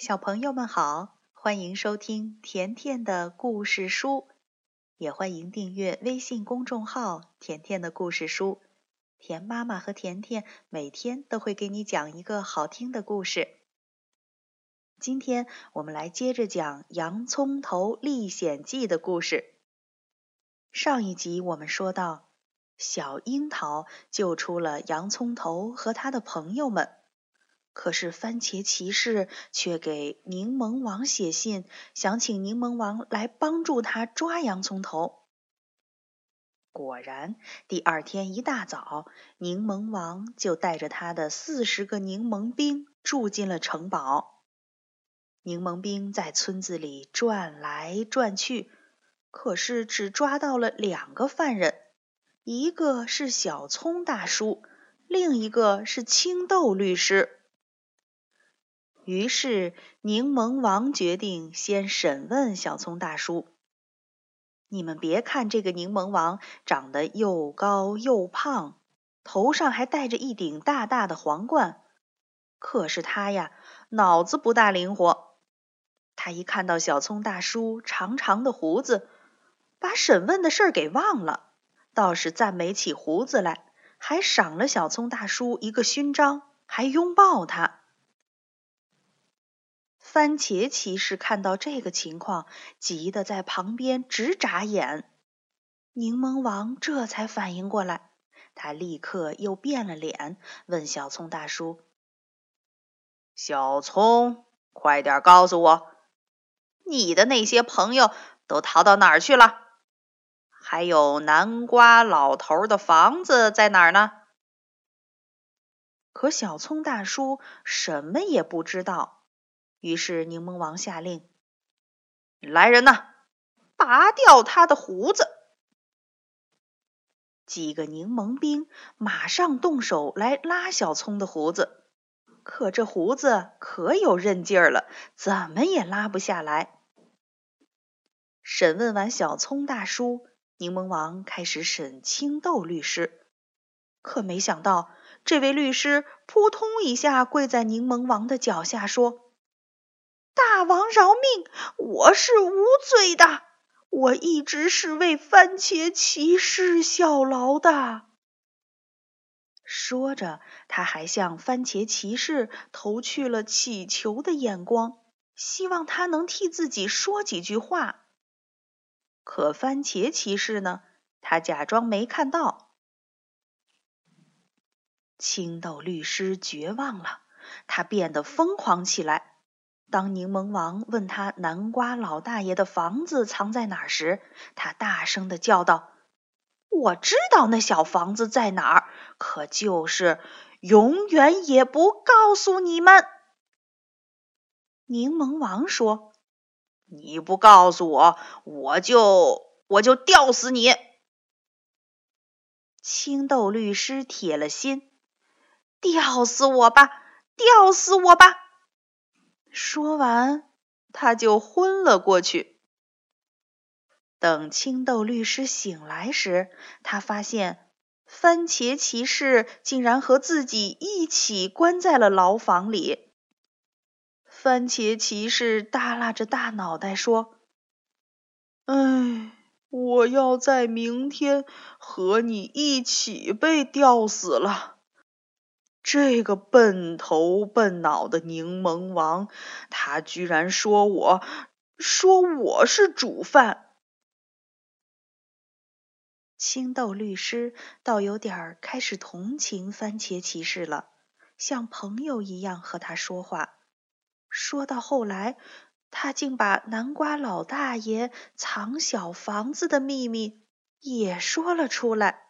小朋友们好，欢迎收听甜甜的故事书，也欢迎订阅微信公众号甜甜的故事书。甜妈妈和甜甜每天都会给你讲一个好听的故事。今天我们来接着讲洋葱头历险记的故事。上一集我们说到，小樱桃救出了洋葱头和他的朋友们。可是番茄骑士却给柠檬王写信，想请柠檬王来帮助他抓洋葱头。果然，第二天一大早，柠檬王就带着他的40个柠檬兵住进了城堡。柠檬兵在村子里转来转去，可是只抓到了2个犯人，一个是小葱大叔，另一个是青豆律师。于是柠檬王决定先审问小葱大叔。你们别看这个柠檬王长得又高又胖，头上还戴着一顶大大的皇冠，可是他呀，脑子不大灵活。他一看到小葱大叔长长的胡子，把审问的事儿给忘了，倒是赞美起胡子来，还赏了小葱大叔一个勋章，还拥抱他。番茄骑士看到这个情况，急得在旁边直眨眼。柠檬王这才反应过来，他立刻又变了脸，问小葱大叔：小葱，快点告诉我，你的那些朋友都逃到哪儿去了？还有南瓜老头的房子在哪儿呢？可小葱大叔什么也不知道。于是柠檬王下令：来人呐，拔掉他的胡子！几个柠檬兵马上动手来拉小葱的胡子，可这胡子可有韧劲儿了，怎么也拉不下来。审问完小葱大叔，柠檬王开始审青豆律师。可没想到，这位律师扑通一下跪在柠檬王的脚下说：大王饶命，我是无罪的，我一直是为番茄骑士效劳的。说着，他还向番茄骑士投去了乞求的眼光，希望他能替自己说几句话。可番茄骑士呢，他假装没看到。青豆律师绝望了，他变得疯狂起来。当柠檬王问他南瓜老大爷的房子藏在哪儿时，他大声地叫道：我知道那小房子在哪儿，可就是永远也不告诉你们。柠檬王说：你不告诉我，我就吊死你。青豆律师铁了心：吊死我吧，吊死我吧！说完，他就昏了过去。等青豆律师醒来时，他发现番茄骑士竟然和自己一起关在了牢房里。番茄骑士耷拉着大脑袋说：唉，我要在明天和你一起被吊死了。这个笨头笨脑的柠檬王，他居然说我是主犯。青豆律师倒有点开始同情番茄骑士了，像朋友一样和他说话。说到后来，他竟把南瓜老大爷藏小房子的秘密也说了出来。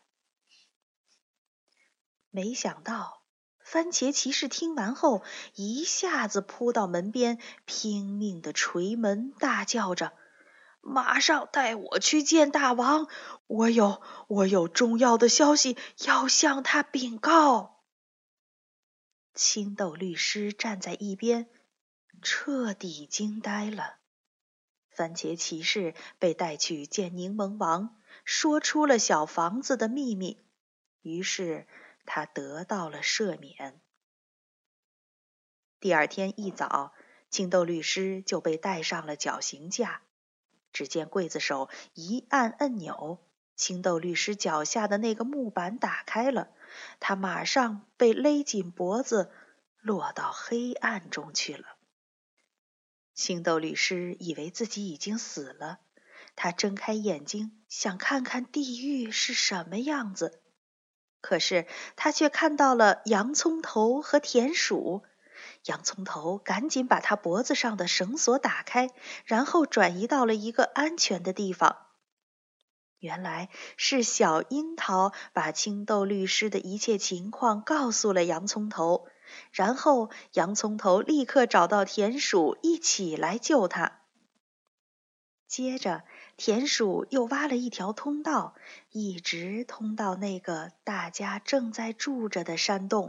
没想到番茄骑士听完后，一下子扑到门边，拼命地捶门，大叫着：马上带我去见大王，我有重要的消息要向他禀告。青豆律师站在一边，彻底惊呆了。番茄骑士被带去见柠檬王，说出了小房子的秘密，于是他得到了赦免。第二天一早， 青豆律师就被带上了绞刑架。只见刽子手一按按钮，青豆律师脚下的那个木板打开了，他马上被勒紧脖子，落到黑暗中去了。青豆律师以为自己已经死了，他睁开眼睛，想看看地狱是什么样子。可是他却看到了洋葱头和田鼠。洋葱头赶紧把他脖子上的绳索打开，然后转移到了一个安全的地方。原来是小樱桃把青豆律师的一切情况告诉了洋葱头，然后洋葱头立刻找到田鼠一起来救他。接着田鼠又挖了一条通道，一直通到那个大家正在住着的山洞。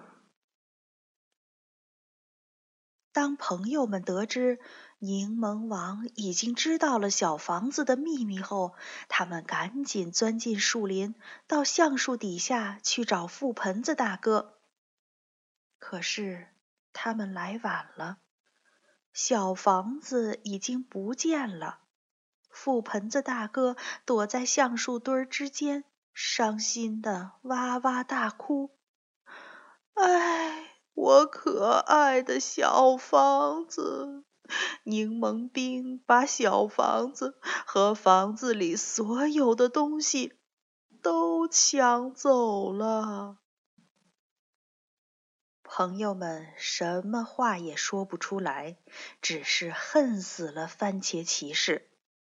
当朋友们得知柠檬王已经知道了小房子的秘密后，他们赶紧钻进树林，到橡树底下去找覆盆子大哥。可是他们来晚了，小房子已经不见了。覆盆子大哥躲在橡树堆儿之间，伤心地哇哇大哭。唉，我可爱的小房子！柠檬兵把小房子和房子里所有的东西都抢走了。朋友们什么话也说不出来，只是恨死了番茄骑士。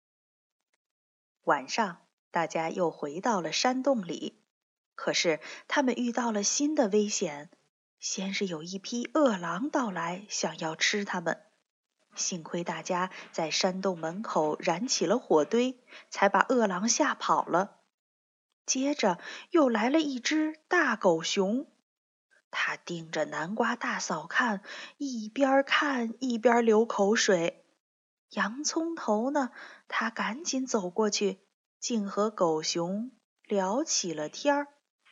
晚上，大家又回到了山洞里，可是他们遇到了新的危险。先是有一批饿狼到来，想要吃他们。幸亏大家在山洞门口燃起了火堆，才把饿狼吓跑了。接着又来了一只大狗熊，它盯着南瓜大嫂看，一边看一边流口水。洋葱头呢，他赶紧走过去，竟和狗熊聊起了天儿。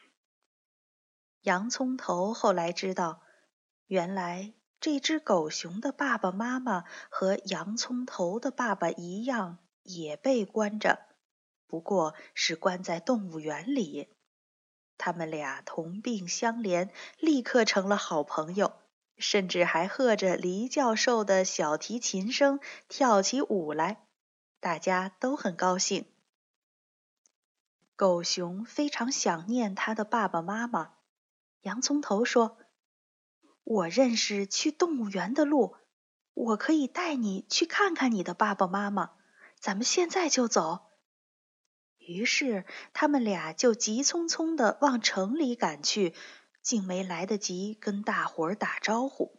洋葱头后来知道，原来这只狗熊的爸爸妈妈和洋葱头的爸爸一样，也被关着，不过是关在动物园里。他们俩同病相怜，立刻成了好朋友，甚至还和着黎教授的小提琴声跳起舞来，大家都很高兴。狗熊非常想念他的爸爸妈妈。洋葱头说：“我认识去动物园的路，我可以带你去看看你的爸爸妈妈，咱们现在就走。”于是他们俩就急匆匆地往城里赶去，竟没来得及跟大伙儿打招呼。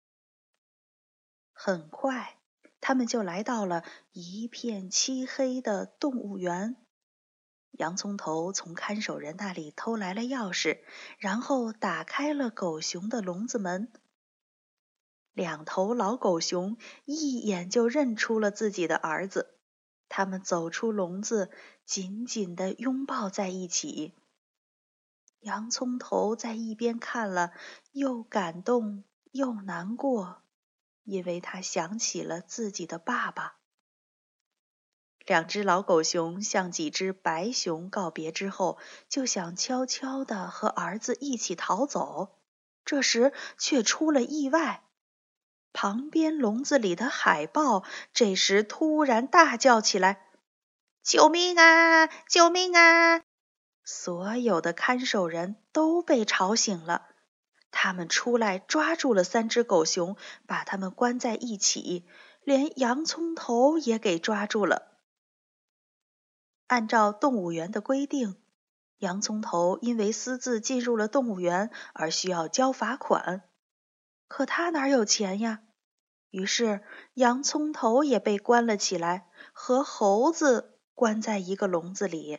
很快，他们就来到了一片漆黑的动物园。洋葱头从看守人那里偷来了钥匙，然后打开了狗熊的笼子门。两头老狗熊一眼就认出了自己的儿子，他们走出笼子，紧紧地拥抱在一起。洋葱头在一边看了，又感动又难过，因为他想起了自己的爸爸。两只老狗熊向几只白熊告别之后，就想悄悄地和儿子一起逃走。这时却出了意外，旁边笼子里的海豹这时突然大叫起来：“救命啊！救命啊！”所有的看守人都被吵醒了，他们出来抓住了三只狗熊，把它们关在一起，连洋葱头也给抓住了。按照动物园的规定，洋葱头因为私自进入了动物园而需要交罚款，可他哪有钱呀？于是洋葱头也被关了起来，和猴子关在一个笼子里。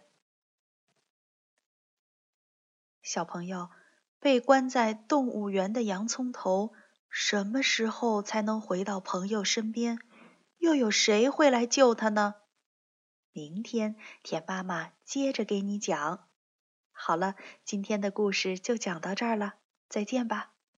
小朋友，被关在动物园的洋葱头什么时候才能回到朋友身边？又有谁会来救他呢？明天田妈妈接着给你讲。好了，今天的故事就讲到这儿了，再见吧。